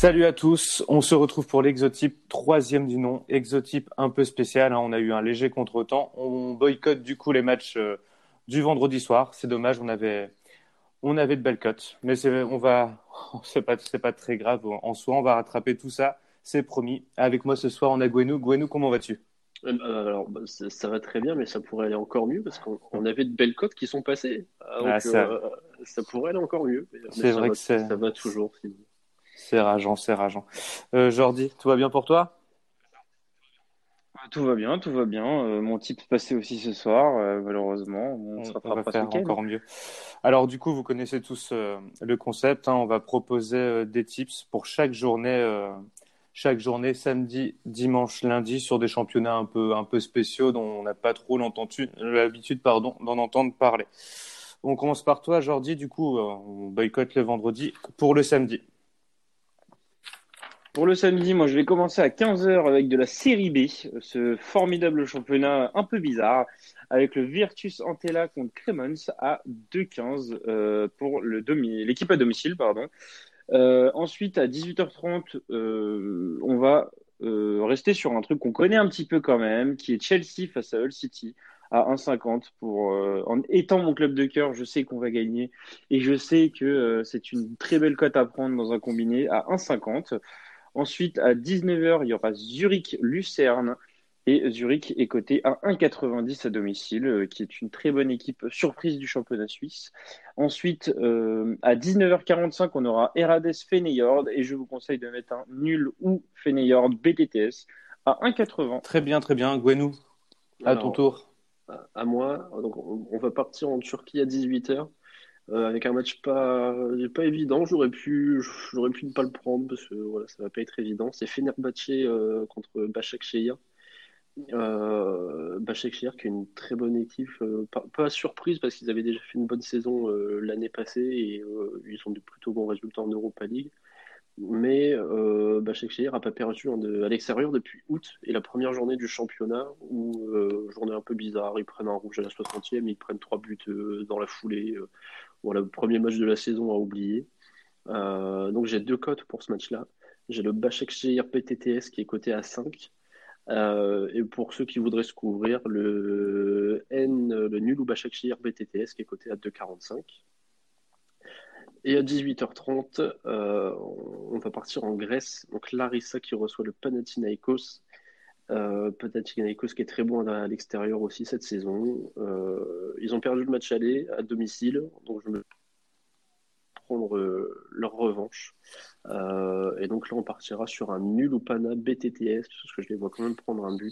Salut à tous, on se retrouve pour l'exotype, troisième du nom, exotype un peu spécial, hein, on a eu un léger contretemps, on boycotte du coup les matchs du vendredi soir, c'est dommage, on avait de belles cotes, mais c'est pas très grave en soi, on va rattraper tout ça, c'est promis. Avec moi ce soir on a Gwenou, Gwenou comment vas-tu? Ça va très bien, mais ça pourrait aller encore mieux parce qu'on avait de belles cotes qui sont passées. Ah, Ça pourrait aller encore mieux, mais c'est vrai que c'est ça va toujours. Sinon. c'est rageant, c'est rageant. Jordi, tout va bien pour toi? Tout va bien, tout va bien. Mon type passé aussi ce soir, malheureusement. On se On va rattrapera ce faire week-end. encore mieux. Alors du coup, vous connaissez tous le concept, hein. On va proposer des tips pour chaque journée, samedi, dimanche, lundi, sur des championnats un peu spéciaux dont on n'a pas trop l'habitude, d'en entendre parler. On commence par toi, Jordi. Du coup, on boycotte le vendredi pour le samedi. Pour le samedi, moi, je vais commencer à 15 heures avec de la série B, ce formidable championnat un peu bizarre, avec le Virtus Entella contre Cremons à 2,15 pour l'équipe à domicile, pardon. Ensuite, à 18h30, on va rester sur un truc qu'on connaît un petit peu quand même, qui est Chelsea face à Hull City à 1,50 en étant mon club de cœur, je sais qu'on va gagner et je sais que c'est une très belle cote à prendre dans un combiné à 1,50. Ensuite, à 19h, il y aura Zurich-Lucerne. Et Zurich est coté à 1,90 à domicile, qui est une très bonne équipe surprise du championnat suisse. Ensuite, à 19h45, on aura Erades-Feyenoord. Et je vous conseille de mettre un nul ou Feyenoord BTTS à 1,80. Très bien. Gwenou, à ton Alors, tour. à moi, donc on va partir en Turquie à 18h avec un match pas évident. J'aurais pu ne pas le prendre parce que voilà, ça va pas être évident. C'est Fenerbahçe contre Başakşehir. Başakşehir qui est une très bonne équipe, pas surprise parce qu'ils avaient déjà fait une bonne saison l'année passée et ils ont de plutôt bons résultats en Europa League. Mais Başakşehir n'a pas perdu à l'extérieur depuis août et la première journée du championnat où journée un peu bizarre, ils prennent un rouge à la 60e, ils prennent 3 buts dans la foulée. Voilà, le premier match de la saison à oublier. Donc j'ai deux cotes pour ce match-là. J'ai le Başakşehir PTTS qui est coté à 5. Et pour ceux qui voudraient se couvrir, le nul ou Başakşehir BTTS qui est coté à 2,45. Et à 18h30, on va partir en Grèce. Donc Larissa qui reçoit le Panathinaikos. Panathinaikos qui est très bon à l'extérieur aussi cette saison. Ils ont perdu le match aller à domicile, donc je me prendre leur revanche. Et donc là, on partira sur un nul ou pana BTTS, parce que je les vois quand même prendre un but.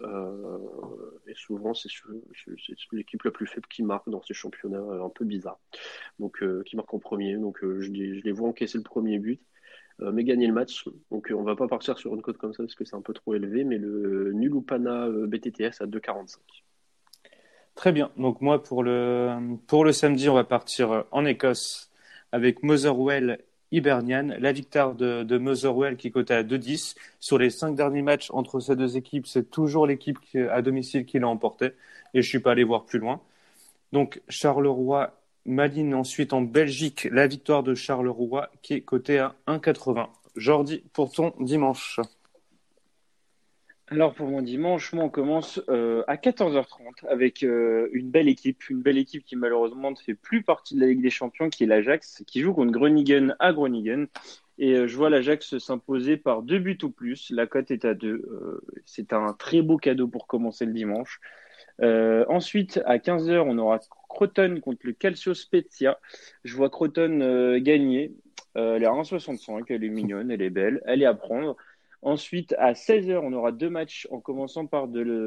Et souvent, c'est l'équipe la plus faible qui marque dans ces championnats un peu bizarres. Donc, qui marque en premier. Donc, je les vois encaisser le premier but, mais gagner le match. Donc, on va pas partir sur une cote comme ça, parce que c'est un peu trop élevé, mais le nul ou pana BTTS à 2,45. Très bien. Donc moi, pour le samedi, on va partir en Écosse avec Motherwell Hibernian. La victoire de Motherwell qui est cotée à 2,10. Sur les 5 derniers matchs entre ces deux équipes, c'est toujours l'équipe à domicile qui l'a emporté. Et je suis pas allé voir plus loin. Donc Charleroi Malines ensuite en Belgique. La victoire de Charleroi qui est cotée à 1,80. Jordi, pour ton dimanche. Alors pour mon dimanche, moi on commence à 14h30 avec une belle équipe qui malheureusement ne fait plus partie de la Ligue des Champions, qui est l'Ajax, qui joue contre Groningen à Groningen. Et je vois l'Ajax s'imposer par 2 buts ou plus. La cote est à 2. C'est un très beau cadeau pour commencer le dimanche. Ensuite, à 15h, on aura Crotone contre le Calcio Spezia. Je vois Crotone gagner. Elle est à 1,65, elle est mignonne, elle est belle, elle est à prendre. Ensuite, à 16h, on aura deux matchs en commençant par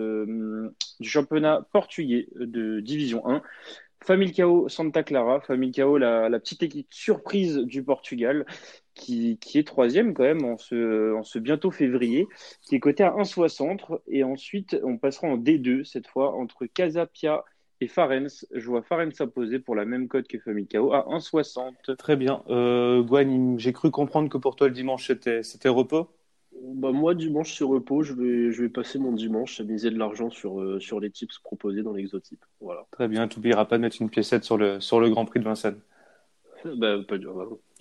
du championnat portugais de Division 1. Familcao Santa Clara, Familcao, la petite équipe surprise du Portugal, qui est troisième quand même en ce bientôt février, qui est coté à 1,60. Et ensuite, on passera en D2 cette fois entre Casapia et Farense. Je vois Farense s'imposer pour la même cote que Familcao à 1,60. Très bien. Gwen, j'ai cru comprendre que pour toi le dimanche c'était repos. Bah, moi, dimanche, c'est repos. Je vais passer mon dimanche à miser de l'argent sur les tips proposés dans l'exotype. Voilà. Très bien, tu n'oublieras pas de mettre une piécette sur le Grand Prix de Vincennes. Bah, pas dur, bah.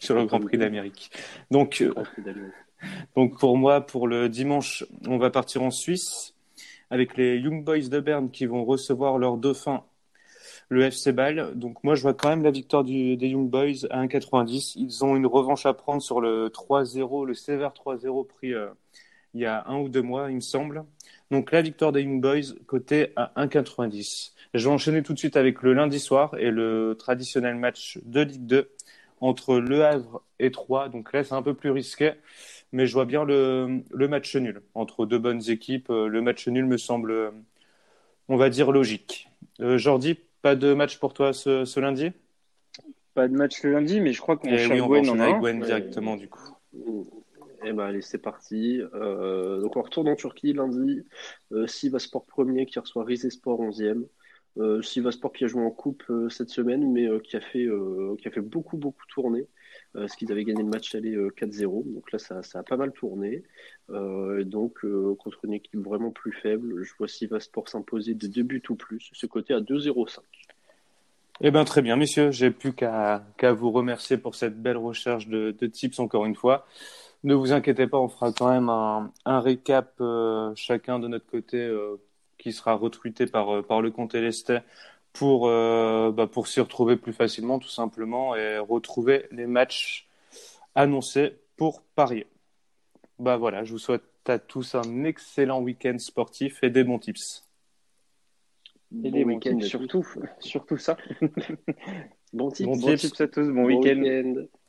sur le Grand Prix d'Amérique. Donc, donc pour moi, pour le dimanche, on va partir en Suisse avec les Young Boys de Berne qui vont recevoir leur dauphin, le FC Bâle. Donc moi, je vois quand même la victoire des Young Boys à 1,90. Ils ont une revanche à prendre sur le 3-0, le sévère 3-0 pris il y a 1 ou 2 mois, il me semble. Donc la victoire des Young Boys cotée à 1,90. Je vais enchaîner tout de suite avec le lundi soir et le traditionnel match de Ligue 2 entre Le Havre et Troyes. Donc là, c'est un peu plus risqué, mais je vois bien le match nul entre deux bonnes équipes. Le match nul me semble, on va dire, logique. Jordi, pas de match pour toi ce lundi? Pas de match le lundi, mais je crois que mon Et cher oui, on va Gwen en enchaîner a avec un. Gwen directement, du coup. Eh ben allez, c'est parti. Donc on retourne en Turquie lundi. Sivasspor premier qui reçoit Rizespor 11e. Sivasspor qui a joué en coupe cette semaine, mais qui a fait beaucoup beaucoup tourner. Parce qu'ils avaient gagné le match aller 4-0. Donc là, ça a pas mal tourné. Contre une équipe vraiment plus faible, je vois Sivasspor s'imposer de 2 buts ou plus. Ce côté à 2,05. Eh bien, très bien, messieurs. J'ai plus qu'à vous remercier pour cette belle recherche de tips encore une fois. Ne vous inquiétez pas, on fera quand même un récap chacun de notre côté qui sera retweeté par le compte Elestais pour s'y retrouver plus facilement, tout simplement, et retrouver les matchs annoncés pour parier. Bah voilà, je vous souhaite à tous un excellent week-end sportif et des bons tips. Et Bon des bons week-end tips, à tous. surtout ça. Bon tips. Bons Bon tips. tips à tous, bon Bon week-end. week-end.